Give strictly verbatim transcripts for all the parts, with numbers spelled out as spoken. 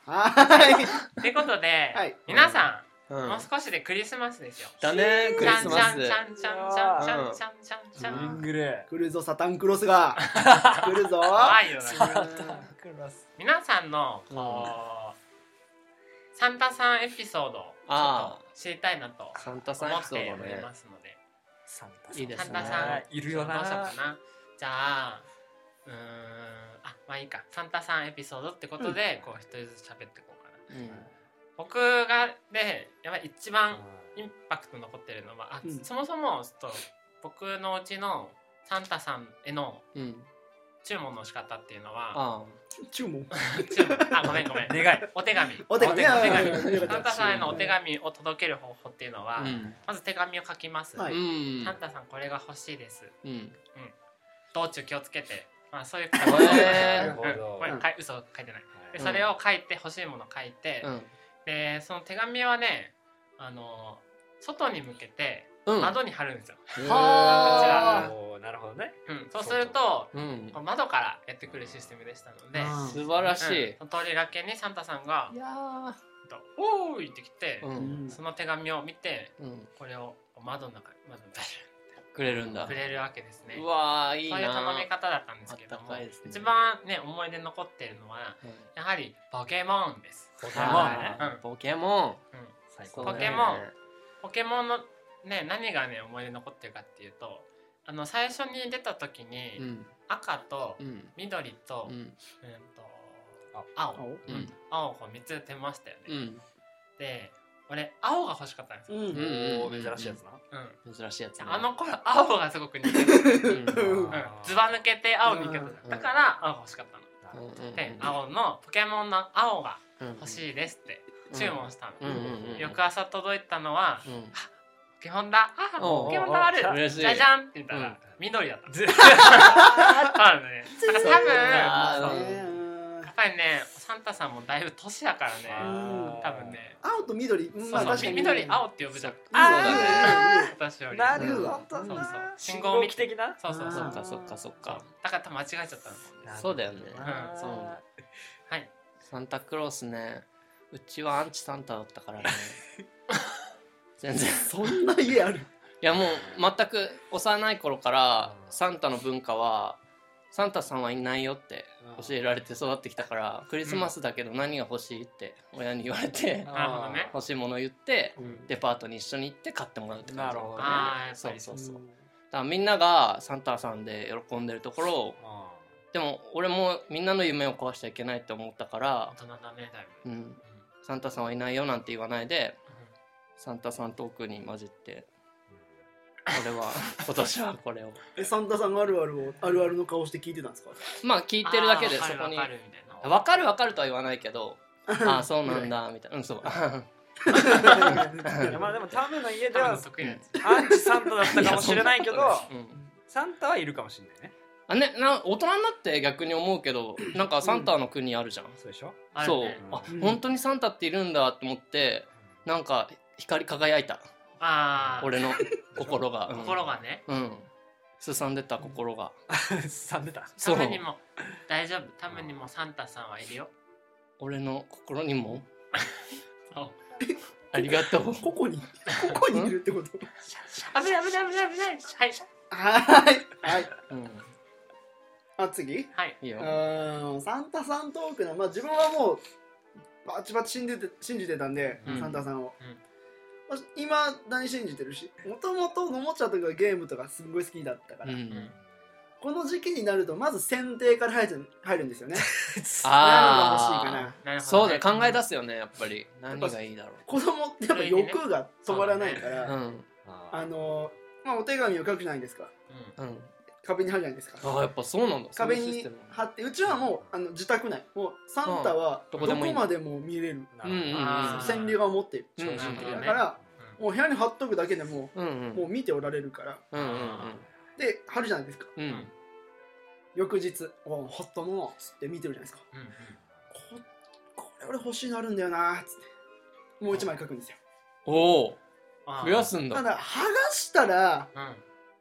はいってことで、 はい、 皆さん、 うん、 もう少しでクリスマスですよ。 だねクリスマス。 ちゃんちゃんちゃんちゃんちゃんちゃんちゃんちゃんちゃん。 ジングル来るぞサタンクロスが来るぞ怖いよな。 クロス皆さんのこう、サンタさんエピソードをちょっと知りたいなとサンタさんエ思ってピソードねおりますので、 サンタいいですねサンタさんいるよなどうしようかな。じゃあうーんあまあいいか、サンタさんエピソードってことで、こう一人ずつ喋っていこうかな。 うん僕がでやっぱり一番インパクト残ってるのは、あ、 うんそもそもちょっと僕のうちのサンタさんへのうん注文の仕方っていうのは、 あ注文注文あごめんごめん願いお手紙お手紙お手紙いやいやいやいやサンタさんへのお手紙を届ける方法っていうのは、 あうんまず手紙を書きます、 はいうんサンタさんこれが欲しいです、 うん道中気をつけて、まあ、そういうへーなるほどうんごめんかい嘘書いてないでうんそれを書いて欲しいものを書いて、 うんでその手紙はねあの外に向けてうん窓に貼るんですよ、 はおーなるほどねうん、そうするとうん窓からやってくるシステムでしたので、 あ素晴らしい、 うん、通りがけにサンタさんがいや 「おーい!」って来て、 ーううんんその手紙を見てうんこれを窓の中に窓に出くれるんだ。 くれるわけですね。 うわーいいなそういう頼み方だったんですけども、 あったかいですね一番ね思い出残っているのはやはりポケモンです。 ポケモンねうんポケモンうん最そうねポケモンポケモンのね何がね思い出残ってるかっていうと、あの最初に出た時に、 うん赤とうん緑と、 うんうんと青青うん青をこうみっつ出ましたよね。 うんで俺青が欲しかったんですよ。 うんうんおー珍しいやつなうん珍しいやつねあの頃青がすごく似てる、 うんうん、ずば抜けて青に行けた、 うんだから青が欲しかったの。 うんうんで青のポケモンの青がうん欲しいですって注文したの、 うんうんうん翌朝届いたのはうんポケモンだあおうポケモンがある嬉しいじゃじゃんって言ったら、 うん緑だったの。 ずそうなのね。だから多分あそうねやっぱりねサンタさんもだいぶ年だからねうん多分ね、 青と緑、 そうまあそう確かに緑青って呼ぶじゃんあそうだね私よりなるほどそうそうな信信号見て号機的なそうそうそうそっかそっかそっかだから多分間違えちゃったんだもんね。 そうだよねうんそうはいサンタクロースねうちはアンチサンタだったからね全然そんな家ある。 いやもう全く幼い頃からサンタの文化はサンタさんはいないよって教えられて育ってきたからクリスマスだけど何が欲しいって親に言われてなるほどね。 欲しいものを言ってうんデパートに一緒に行って買ってもらうって感じなるほどねああやっぱりそうそうそうだからみんながサンタさんで喜んでるところをでも俺もみんなの夢を壊しちゃいけないって思ったから大人だねだいぶ。 うんサンタさんはいないよなんて言わないでサンタさんトークに混じって俺は今年はこれをえ、サンタさんあるあるをあるあるの顔して聞いてたんですか。 まあ聞いてるだけでそこにあーわかるわかるみたいな。 分かる分かるとは言わないけどああそうなんだみたいなうんそういやまあでもタムの家で多分は得意なやつ。 アンチサンタだったかもしれないけどうんサンタはいるかもしれないねあねな大人になって逆に思うけどなんかサンタの国あるじゃんそうでしょそうあるねあうん本当にサンタっているんだって思ってなんか光り輝いたああ俺の心が心がね。 うんうんすさんでた心がさんでたそうタムにも大丈夫。タムにもサンタさんはいるよ。 俺の心にもそうありがとうここにここにいるってこと。 危ない危ない危ない危ない。はいはいはい。 うんあ、次。 はい。 いいようん、サンタさんトークな、まあ自分はもうバチバチ信じて信じてたんで、 うんサンタさんを。 うんまあ今何信じてるし、もともとのもちゃとかゲームとかすんごい好きだったから、 うんこの時期になるとまず選定から入る入るんですよね。 あ何が欲しいかな。 なるほそうどね。 だ考え出すよねやっぱり何がいいだろ子供ってやっぱ欲が止まらないかうら、 うんあのまあお手紙を書くじゃないですか。 うんうん壁に貼るじゃないですか。 ああやっぱそうなんだ壁にそういうシステム貼って、うちはもうあの自宅内、もうサンタはどこどこでもいいまでも見れる。 うんうんうんあー千里が持っている。 うんうんなるほどねだからもう部屋に貼っとくだけでもうんうんもう見ておられるから。 うんうんで貼るじゃないですか。 うんうん翌日「お貼ったな」っつって見てるじゃないですか。 うんうんここれ俺欲しいのあるんだよなーっつってもう一枚書くんですよ。 おおあー増やすんだただ剥がしたらうん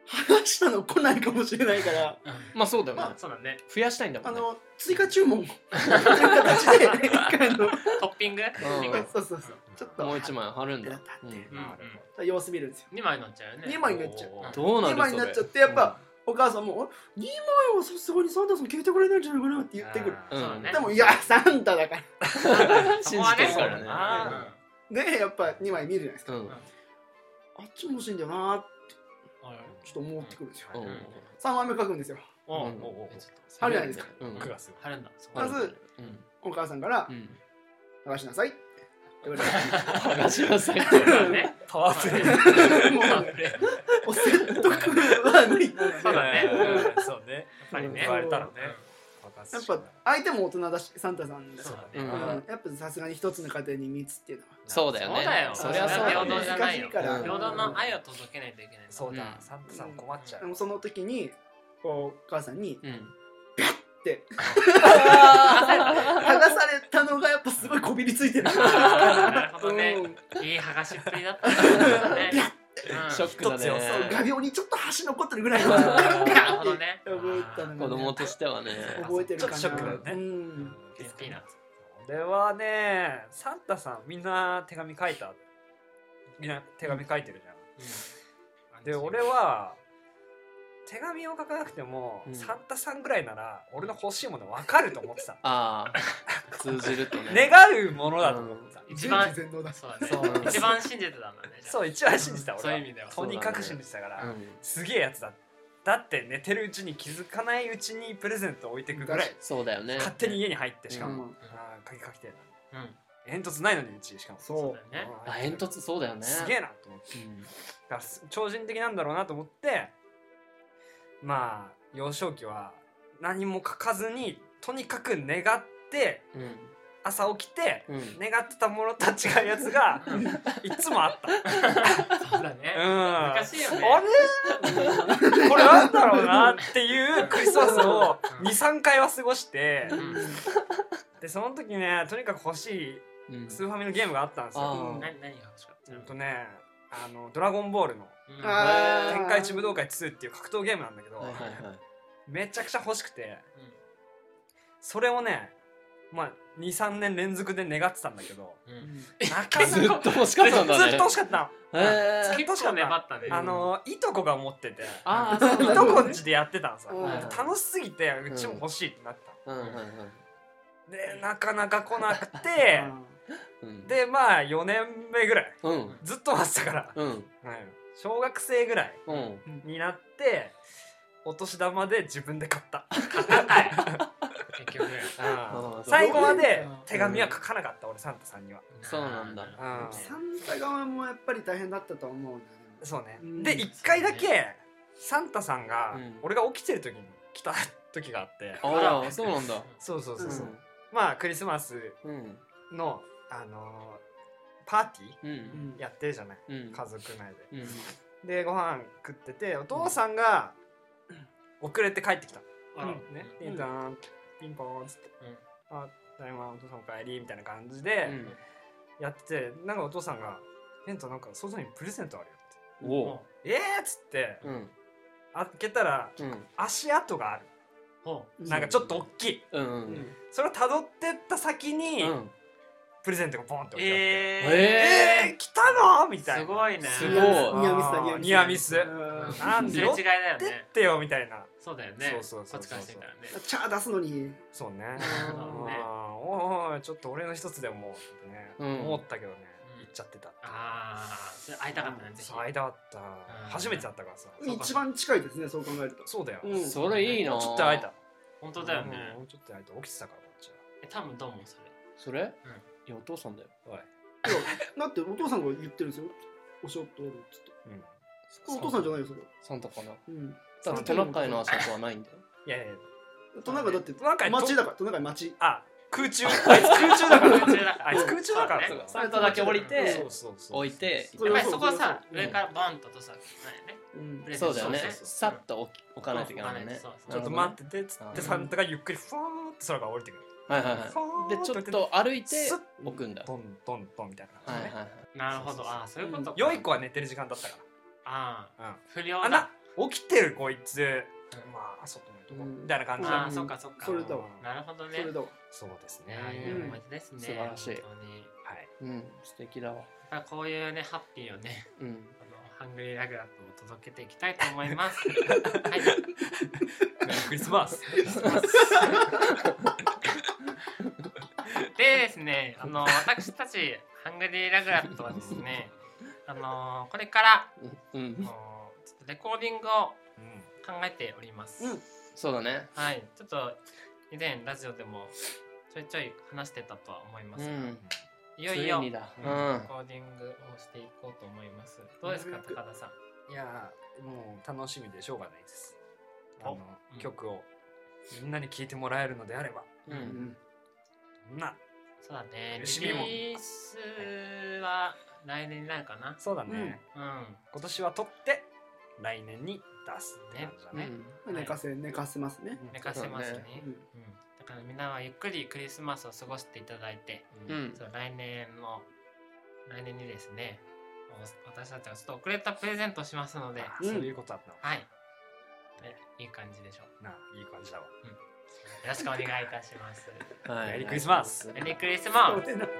剥がしたの来ないかもしれないからまあそうだよね、 まあそうだね。 増やしたいんだもんね。 あの追加注文という形で一回のトッピング？トッピング。 そうそうそうちょっともう一枚貼るんだ、うんうんうん。 様子見るんですよにまいになっちゃうよね。 にまいになっちゃうおーどうなるにまいになっちゃってやっぱお母さんもにまいはさすがにサンタさん聞いてくれないんじゃないかなって言ってくるうんそうだね。 でもいやサンタだから信じてるからね。 あでやっぱにまい見るじゃないですかうんあっちも欲しいんだよなってちょっと思ってくるんですようんさんまいめ書くんですよおおおうんお。 あるじゃないですかうんくがす貼るんだ。そこまずうんお母さんからうん 「剥がしなさい」って言われて剥がしなさいってそうだね。 パワープレイもうねお説得はないそうだね。 うんそうねやっぱりね。 言われたらねやっぱ相手も大人だしサンタさんだしそうだうんね。 うんやっぱさすがに一つの家庭にみっつっていうのはそうだよね。 そうだよ。 そりゃそうだよね平等じゃないよ。 難しいから平等の愛を届けないといけない。 そうだうんサンタさん困っちゃうでもその時にこうお母さんにうん。 って剥剥がされたのがやっぱすごいこびりついてるなるほどねうんいい剥がしっぷりだったね。うんショックだね。 一つよそう画鋲にちょっと端残ってるぐらいのなるほどね。 覚えたのがね子供としてはね。 覚えてるかなちょっとショックだよねうんピーナッツ。 俺はねサンタさんみんな手紙書いたみんな手紙書いてるじゃんで俺は手紙を書かなくても、 うんサンタさんぐらいなら俺の欲しいもの分かると思ってたああ、通じるとね。 願うものだと思ってた、 一番全知全能だそうだそうね。一番信じてたんだね。 そう一番信じてた俺はそういう意味では。 とにかく信じてたから、 うん。 すげえやつだだって寝てるうちに気づかないうちにプレゼント置いてくぐらいそうだよね。 勝手に家に入ってしかも、 うんあー鍵かけてるうん。 煙突ないのにうちしかもそうそうだよね。 あ、煙突そうだよね。 すげえなと思ってうん。 だから超人的なんだろうなと思ってまあ幼少期は何も書かずにとにかく願ってうん。 朝起きてうん。 願ってたものとは違うやつがいつもあったそうだね。 うん難しいよね。 あれこれなんだろうなっていうクリスマスをにさんかいは過ごしてうんでその時ねとにかく欲しいうん。 スーファミのゲームがあったんですよあ何何が欲しかったうんとねあのドラゴンボールのうんあー天下一武道会ツーっていう格闘ゲームなんだけど、 はいはいはい。 めちゃくちゃ欲しくてうんそれをねまあにさんねん連続で願ってたんだけどうんなかなかずっと欲しかったんだね。 ずっと欲しかったのへー結構粘ったね。 あのいとこが持っててああ、そういとなんだ。 こんちでやってたんさうん楽しすぎてうちも欲しいってなったうんうんでなかなか来なくてうん。 でまあよねんめぐらいうん。 ずっと待ってたから、 うん。 はい小学生ぐらいうん。 になってお年玉で自分で買った結局。 あー最後までうん手紙は書かなかった俺サンタさんには、 そうなんだ。 うんサンタ側もやっぱり大変だったと思うんだよねそうねうんで一回だけサンタさんがうん俺が起きてる時に来た時があってああ、そうなんだ。 そうそうそうそう、 うんまあクリスマスうん。 のあのーパーティうん。 うんーやってるじゃないうん。 家族内でうん。 でご飯食っててお父さんが遅れて帰ってきたあらねピンポンピンポンっつって「あただいまお父さんお帰り」みたいな感じでやっててなんかお父さんが「ペントなんか外にプレゼントあるよ」ってうん。おう。 「えー!」っつってうん。 開けたらうん。 足跡があるほなんかちょっと大きいうん。う。 うんんそれを辿ってった先にうん。 プレゼントがポンって置いてあってえ 「えー来たの?」みーたいなすごいね。 すごいニアミスだニアミスうんなんでよっすれ違いだよてっね。 てよみたいなそうだよね。 そうそうそうそうこっちからしてみたらね。 チャー出すのにそうねうんねあーおいおいちょっと俺の一つでもってねうん思ったけどねうん言っちゃってたああ、それ会いたかったね、ぜひ。 そう間あった初めてだったからさ一番近いですねそう考えるとそうだようんそれいいな。 ちょっと会えた本当だよねうん。ちょっと会えた起きてたからこっちはえ、多分どうもそれ。 それいや、お父さんだよ。 おいだってお父さんが言ってるんですよお仕事あるっつってうんお父さんじゃないよそれサンタかな。 うんだってトナカイの足跡はないんだよ。 いやいやトナカイだってトナカイと町だからトナカイ町あ空中あいつ空中だから空中だからあいつ空中だからそうだねサンタだけ降りてそうそうそう置いて。 そうやっぱりそこはさ、 そう上からバンととさ、ないよね。 うんプレゼントそうだよねそうそう。そうさっと置き置かないといけないもんね。 そうそうちょっと待っててっつってサンタがゆっくりフォーンって空が降りてくるはいはいフォーンはい。で、ちょっと歩いてスッ置くんだ。 トントントンみたいな感じねはいはいはい。 なるほど。ああ、そういうことか。 良い子は寝てる時間だったかああ、 らうん不良あなだ。 起きてるこいつまあ外のとこみたいな感じだああそっかそっかそれだわなるほどねそれだわそうですねいやいい思い出ですね素晴らしい本当にはいうん素敵だわ。 やっぱりこういうねハッピーをねうんあのハングリーラグラップを届けていきたいと思いますはいメリークリスマスでですねあの私たちハングリーラグラップはですねあのこれからうんあのちょっとレコーディングを考えております、 うんそうだね。 はいちょっと以前ラジオでもちょいちょい話してたとは思いますが、 うんいよいよついにだうんうんレコーディングをしていこうと思いますどうですか高田さんいやもう楽しみでしょうがないですあのうん曲をみんなに聴いてもらえるのであればううんんそんなそうだねリ苦しみもリースは来年になるかなそうだねうん今年は撮って来年に出すって感じだねうん寝かせ寝かせますね寝かせますねそうだうんうん、だからみんなはゆっくりクリスマスを過ごしていただいて、 うんそう来年の来年にですねお私たちがちょっと遅れたプレゼントをしますのであそういうことだったのはいねいい感じでしょうなあいい感じだわよろしくお願いいたしますはいメリークリスマスメリークリスマスそうでな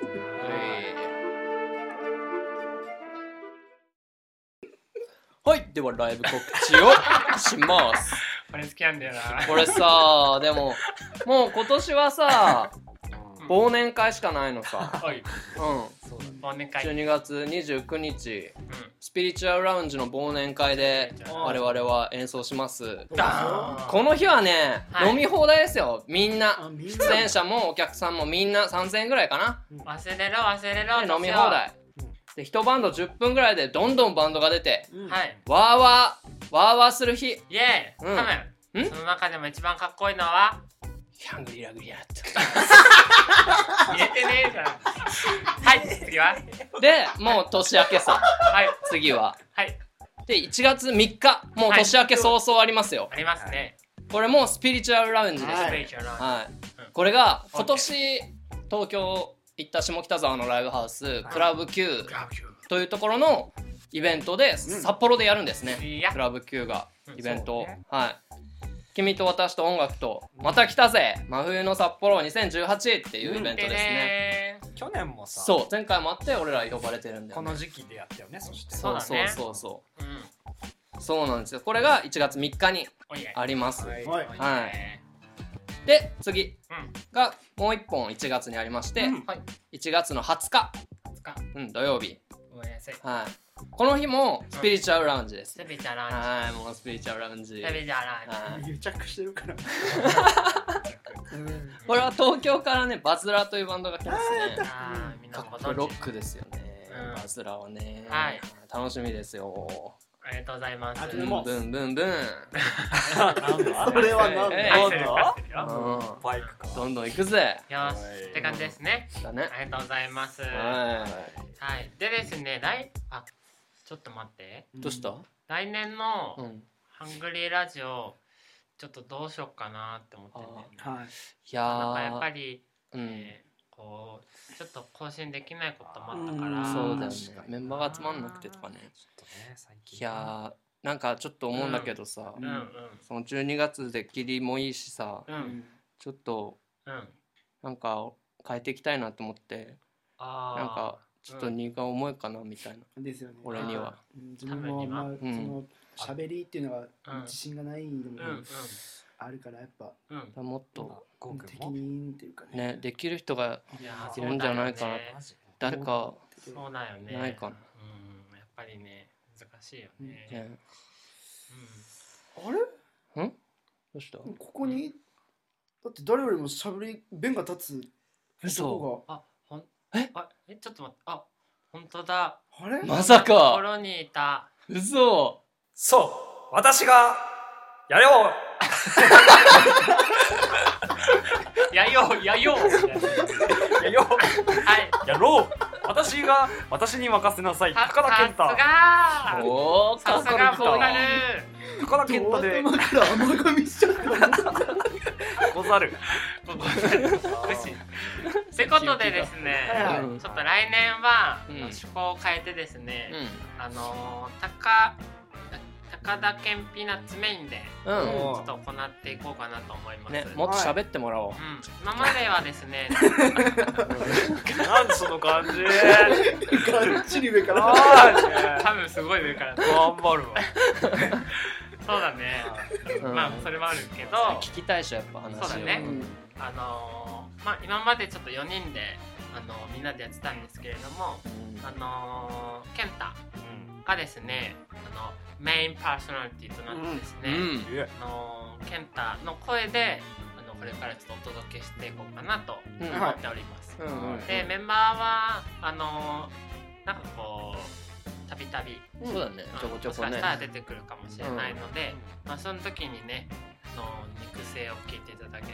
はいではライブ告知をしますこれ好きなんだよなこれさでももう今年はさ忘年会しかないのさおいうんそうだね忘年会じゅうにがつにじゅうくにちうスピリチュアルラウンジの忘年会でん我々は演奏しますダーンこの日はね、 はい飲み放題ですよみんなあみんな出演者もお客さんもみんなさんぜんえんぐらいかな忘れろ忘れろで飲み放題で一バンドじゅっぷんぐらいでどんどんバンドが出てうんはいわーわーわーわーする日イエーイうん多分んその中でも一番かっこいいのはハングリーラグリーラッ入れてねえじゃんはい次はトでもう年明けさはい次ははいでいちがつみっかもう年明け早々ありますよありますねこれもスピリチュアルラウンジですはいスペーシャルなはいうんこれが今年東京行った下北沢のライブハウスクラブ Q というところのイベントで札幌でやるんですね、 いやクラブ Q がイベントを、 そうねはい君と私と音楽とまた来たぜ真冬の札幌にせんじゅうはちっていうイベントですね、 去年もさそう前回もあって俺ら呼ばれてるんだよこねの時期でやったよねそしてそうだねそうそうそううんそうそうなんですよこれがいちがつみっかにおいえあります、 はいはいはいで次うんがもういっぽんいちがつにありまして、 うんはいいちがつのはつか、 かうん、土曜日、 ごめんなさいはい、この日もスピリチュアルラウンジです、 スペシャルランはいもうスピリチュアルラウンジ、 チスペシャルランチはい、 癒着してるからうんこれは東京からねバズラーというバンドが来ますねあーみんなかもごっこロ存知ックですよね、 うんバズラーはね、 はい楽しみですよありがとうございますあブでもンブンブンブン、 なんだそれはなんだえはいなんだわかってるようん、 バイクかどんどん行くぜよしって感じですねだねありがとうございますははいでですね来あちょっと待っていどうした来年のうんハングリーラジオちょっとどうしようかなって思ってねはいいやなんかやっーぱりうん、 えーこうちょっと更新できないこともあったかうんらそうだよね確かにメンバーが集まんなくてとかねちょっとね最近いやーなんかちょっと思うんだけどさ、 うんうんそのじゅうにがつで霧もいいしさうんうんちょっとうんなんか変えていきたいなと思ってあーなんかちょっと荷が重いかなみたいな、 ですよね俺にはうん自分もまあそんの喋りっていうのがうん自信がないのもうんうんあるからやっぱうんもっとゴーくん適も任っていうかねできる人がいやいるんじゃないかなそうだよねマジ誰かそうだよねないかなうんやっぱりね難しいよねねあれんどうしたここにだって誰よりも喋り弁が立つ嘘男あほんえあえちょっと待ってあ本当だがあれまさとこかろにいた嘘そう私がやろうやようやようやよはい、 うやろう私が私に任せなさいさ高田健太さすがおーかさすっこいいがボーカル高田健太で頭から甘噛みしちゃったござるってことでですね、 はいうんちょっと来年は、 うん趣向を変えてですね、 うんあのー、高高田県ピーナッツメインでうんちおょっと行っていこうかなと思います、 ね、もっと喋ってもらおう、 うん、今まではですねなんでその感じがっちり上からあー多分すごい上から頑張るわそうだね、 うんまあそれもあるけど聞きたいでしょやっぱ話を。 そうだねうんあのー、まあ今までちょっとよにんであのみんなでやってたんですけれどもうんあのー、ケンタがですねあのメインパーソナリティとなってですね、 うんいやあのー、ケンタの声であのこれからちょっとお届けしていこうかなとうん思っております、 うんうんでメンバーはあのー、なんかこうたびたびそうだねちょこちょこねもしかしたら出てくるかもしれないので、まあその時にねの肉声を聞いていただけ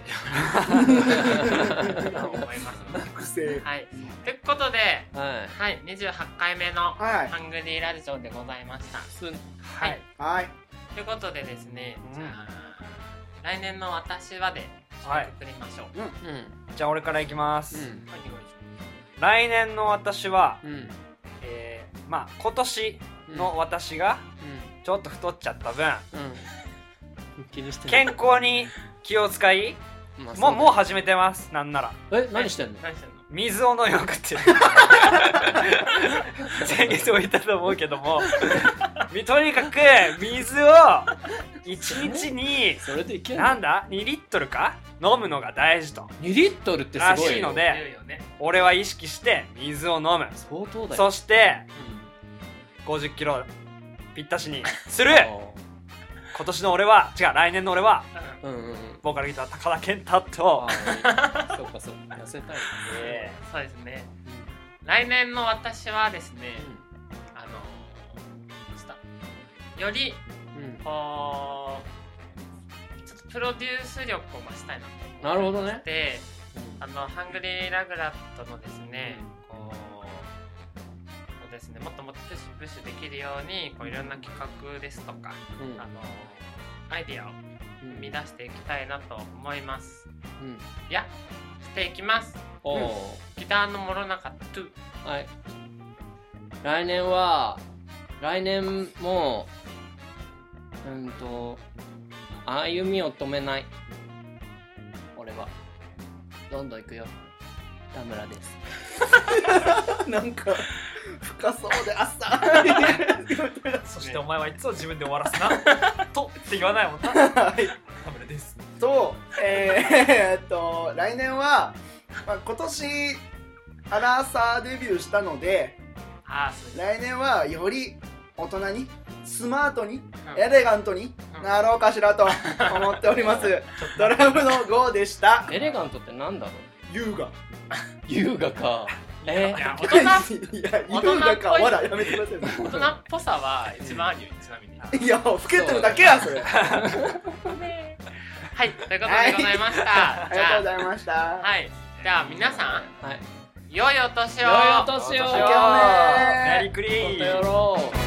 ればと思いますので育成はいということではいはいにじゅうはちかいめのはいハングリーラジオでございましたすんはいはいということでですね、 うんじゃあ来年の私はではいくくりましょう、 うんじゃあ俺からいきます、 はい来年の私は、 うんうんえー、まあ今年の私がちょっと太っちゃった分、 うん気にして健康に気を使いまあもうもう始めてますなんならえ何してんの何してんの水を飲みまくってる先月も言ったと思うけどもとにかく水をいちにちにそれでいけんのなんだにリットルか飲むのが大事とにリットルってすらごいよしいので言うよね俺は意識して水を飲む相当だよそしてごじゅっキロぴったしにする今年の俺は違う来年の俺はうんうんうんボーカルギター高田健太とあーそうかそうか痩せたいえそうですね来年の私はですね、あのちょっとよりうんこうちょっとプロデュース力を増したいなとなるほどねであのハングリーラグラットのですねこうそうですねもっともっとプッシュプッシュできるようにこういろんな企画ですとかうんあのアイディアを生み出していきたいなと思いますうんいやしていきますおおギターの諸中トゥはい来年は来年もうんと歩みを止めない俺はどんどん行くよ田村ですなんか深そうであっさー、そしてお前はいつも自分で終わらすなとって言わないもんなはい田村ですとえー、っと来年は、まあ、今年アラーサーデビューしたのであーそう来年はより大人にスマートにうんエレガントになろうかしらと思っておりますドラムのゴーでしたエレガントってなんだろう優雅優雅かえいや大人いや優雅かわらやめてくださ大人っぽさは一番あるよちなみにいいや老けてるだけやそれはいということでございましたありがとうございましたはいじゃあ皆さんはい良いお年を良いお年をお年をメリークリーまたやろう